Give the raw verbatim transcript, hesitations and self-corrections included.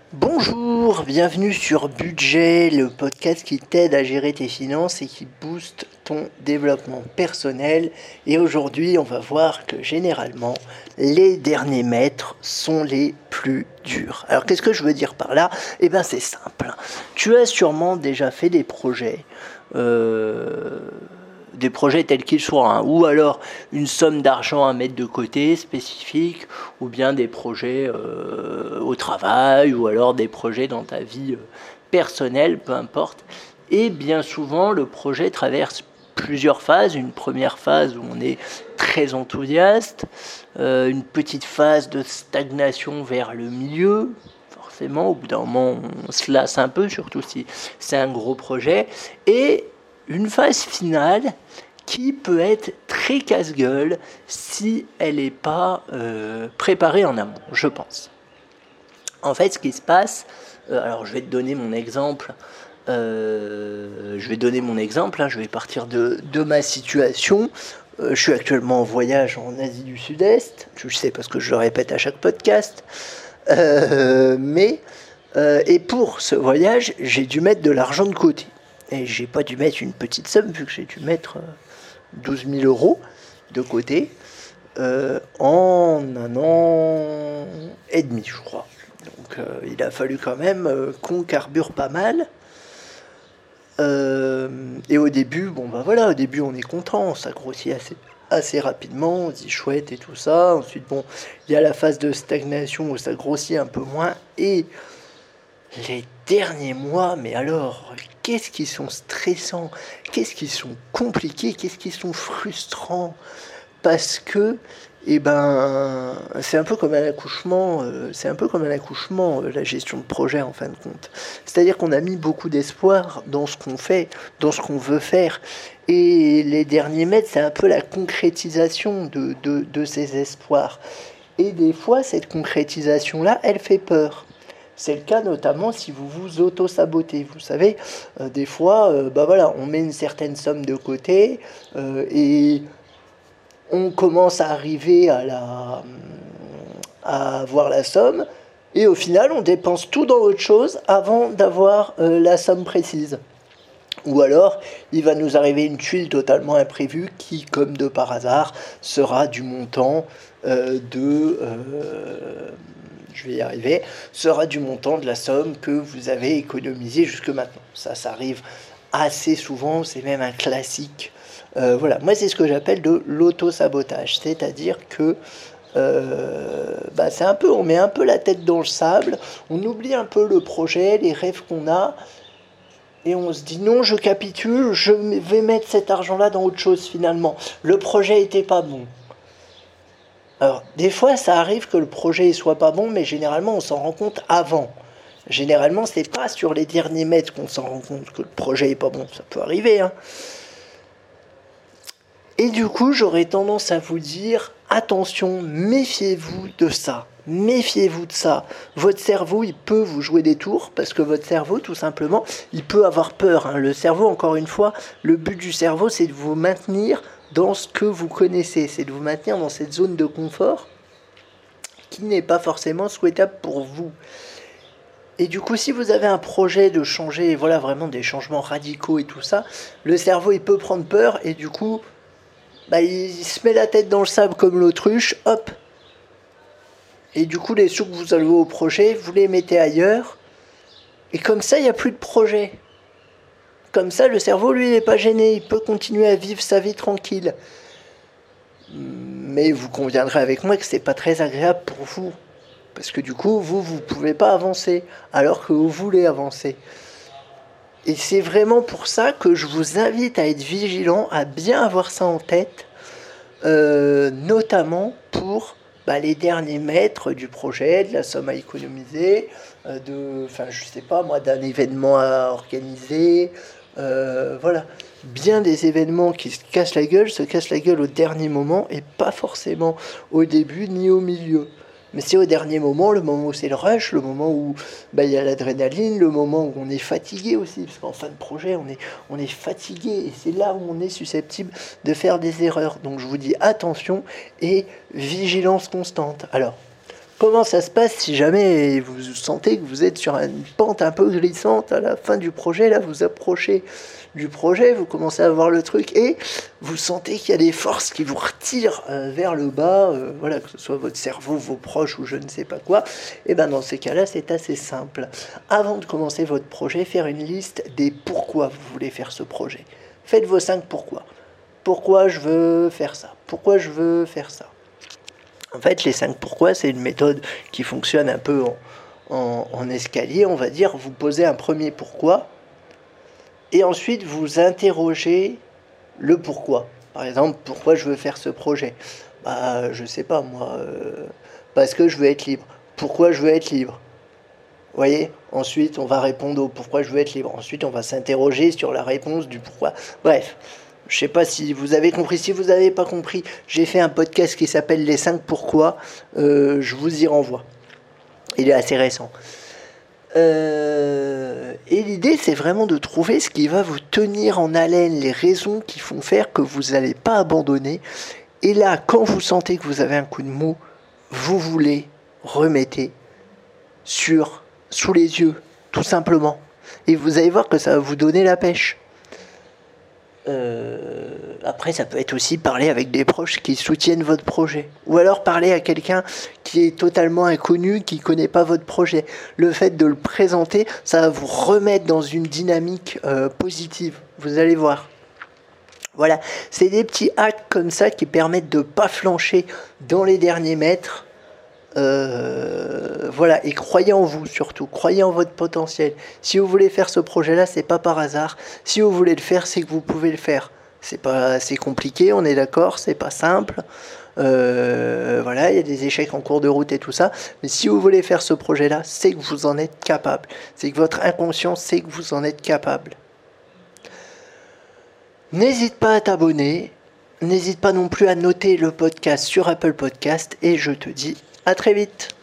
Bonjour, bienvenue sur Budget, le podcast qui t'aide à gérer tes finances et qui booste ton développement personnel. Et aujourd'hui, on va voir que généralement, les derniers mètres sont les plus durs. Alors, qu'est-ce que je veux dire par là ? Eh bien, c'est simple. Tu as sûrement déjà fait des projets. Euh... des projets tels qu'ils soient, hein, ou alors une somme d'argent à mettre de côté spécifique, ou bien des projets euh, au travail, ou alors des projets dans ta vie euh, personnelle, peu importe. Et bien souvent, le projet traverse plusieurs phases. Une première phase où on est très enthousiaste, euh, une petite phase de stagnation vers le milieu. Forcément, au bout d'un moment, on se lasse un peu, surtout si c'est un gros projet. Et une phase finale qui peut être très casse-gueule si elle n'est pas euh, préparée en amont, je pense. En fait, ce qui se passe, euh, alors je vais te donner mon exemple, euh, je vais donner mon exemple, hein, je vais partir de, de ma situation. Euh, je suis actuellement en voyage en Asie du Sud-Est, je sais parce que je le répète à chaque podcast, euh, mais, euh, et pour ce voyage, j'ai dû mettre de l'argent de côté. Et j'ai pas dû mettre une petite somme, vu que j'ai dû mettre douze mille euros de côté euh, en un an et demi, je crois. Donc euh, il a fallu quand même euh, qu'on carbure pas mal. Euh, et au début, bon bah voilà, au début on est content, ça grossit assez, assez rapidement, on se dit chouette et tout ça. Ensuite, bon, il y a la phase de stagnation où ça grossit un peu moins et les derniers mois, mais alors, qu'est-ce qu'ils sont stressants, qu'est-ce qu'ils sont compliqués, qu'est-ce qu'ils sont frustrants, parce que, eh ben, c'est un peu comme un accouchement, euh, c'est un peu comme un accouchement, euh, la gestion de projet en fin de compte. C'est-à-dire qu'on a mis beaucoup d'espoir dans ce qu'on fait, dans ce qu'on veut faire, et les derniers mètres, c'est un peu la concrétisation de, de, de ces espoirs. Et des fois, cette concrétisation-là, elle fait peur. C'est le cas notamment si vous vous auto-sabotez. Vous savez, euh, des fois, euh, bah voilà, on met une certaine somme de côté euh, et on commence à arriver à, la, à avoir la somme. Et au final, on dépense tout dans autre chose avant d'avoir euh, la somme précise. Ou alors, il va nous arriver une tuile totalement imprévue qui, comme de par hasard, sera du montant euh, de... Euh, je vais y arriver, sera du montant de la somme que vous avez économisée jusque maintenant. Ça, ça arrive assez souvent, c'est même un classique. Euh, voilà, moi c'est ce que j'appelle de l'auto-sabotage, c'est-à-dire que euh, bah, c'est un peu, on met un peu la tête dans le sable, on oublie un peu le projet, les rêves qu'on a, et on se dit non, je capitule, je vais mettre cet argent-là dans autre chose finalement. Le projet était pas bon. Alors, des fois, ça arrive que le projet soit pas bon, mais généralement, on s'en rend compte avant. Généralement, c'est pas sur les derniers mètres qu'on s'en rend compte que le projet est pas bon. Ça peut arriver, hein. Et du coup, j'aurais tendance à vous dire, attention, méfiez-vous de ça. Méfiez-vous de ça. Votre cerveau, il peut vous jouer des tours, parce que votre cerveau, tout simplement, il peut avoir peur, hein. Le cerveau, encore une fois, le but du cerveau, c'est de vous maintenir dans ce que vous connaissez, c'est de vous maintenir dans cette zone de confort qui n'est pas forcément souhaitable pour vous. Et du coup, si vous avez un projet de changer, voilà, vraiment des changements radicaux et tout ça, le cerveau, il peut prendre peur et du coup, bah, il se met la tête dans le sable comme l'autruche, hop. Et du coup, les sous que vous allouez au projet, vous les mettez ailleurs. Et comme ça, il n'y a plus de projet. Comme ça, le cerveau, lui, il n'est pas gêné. Il peut continuer à vivre sa vie tranquille. Mais vous conviendrez avec moi que c'est pas très agréable pour vous. Parce que du coup, vous, vous pouvez pas avancer. Alors que vous voulez avancer. Et c'est vraiment pour ça que je vous invite à être vigilant, à bien avoir ça en tête. Euh, notamment pour bah, les derniers mètres du projet, de la somme à économiser, euh, de, enfin, je sais pas moi, d'un événement à organiser. Euh, voilà, bien des événements qui se cassent la gueule, se cassent la gueule au dernier moment et pas forcément au début ni au milieu. Mais c'est au dernier moment, le moment où c'est le rush, le moment où bah, y a l'adrénaline, le moment où on est fatigué aussi, parce qu'en fin de projet, on est, on est fatigué, et c'est là où on est susceptible de faire des erreurs. Donc je vous dis attention et vigilance constante. Alors, Comment ça se passe si jamais vous sentez que vous êtes sur une pente un peu glissante à la fin du projet, là vous approchez du projet, vous commencez à voir le truc et vous sentez qu'il y a des forces qui vous retirent euh, vers le bas, euh, voilà, que ce soit votre cerveau, vos proches ou je ne sais pas quoi, et bien dans ces cas-là c'est assez simple. Avant de commencer votre projet, faire une liste des pourquoi vous voulez faire ce projet. Faites vos cinq pourquoi. Pourquoi je veux faire ça? Pourquoi je veux faire ça? En fait, les cinq pourquoi, c'est une méthode qui fonctionne un peu en, en, en escalier, on va dire. Vous posez un premier pourquoi, et ensuite vous interrogez le pourquoi. Par exemple, pourquoi je veux faire ce projet? Bah, je sais pas moi, euh, parce que je veux être libre. Pourquoi je veux être libre? Vous voyez? Ensuite, on va répondre au pourquoi je veux être libre. Ensuite, on va s'interroger sur la réponse du pourquoi. Bref. Je ne sais pas si vous avez compris. Si vous n'avez pas compris, j'ai fait un podcast qui s'appelle Les cinq pourquoi. Euh, je vous y renvoie. Il est assez récent. Euh, et l'idée, c'est vraiment de trouver ce qui va vous tenir en haleine, les raisons qui font faire que vous n'allez pas abandonner. Et là, quand vous sentez que vous avez un coup de mou, vous vous les remettez sur, sous les yeux, tout simplement. Et vous allez voir que ça va vous donner la pêche. Euh, après, ça peut être aussi parler avec des proches qui soutiennent votre projet. Ou alors parler à quelqu'un qui est totalement inconnu, qui ne connaît pas votre projet. Le fait de le présenter, ça va vous remettre dans une dynamique euh, positive. Vous allez voir. Voilà, c'est des petits hacks comme ça qui permettent de ne pas flancher dans les derniers mètres. Euh, voilà, et croyez en vous surtout, croyez en votre potentiel. Si vous voulez faire ce projet-là, c'est pas par hasard. Si vous voulez le faire, c'est que vous pouvez le faire. C'est pas assez compliqué, on est d'accord, c'est pas simple. Euh, voilà, il y a des échecs en cours de route et tout ça. Mais si vous voulez faire ce projet-là, c'est que vous en êtes capable. C'est que votre inconscient sait que vous en êtes capable. N'hésite pas à t'abonner. N'hésite pas non plus à noter le podcast sur Apple Podcast. Et je te dis à très vite.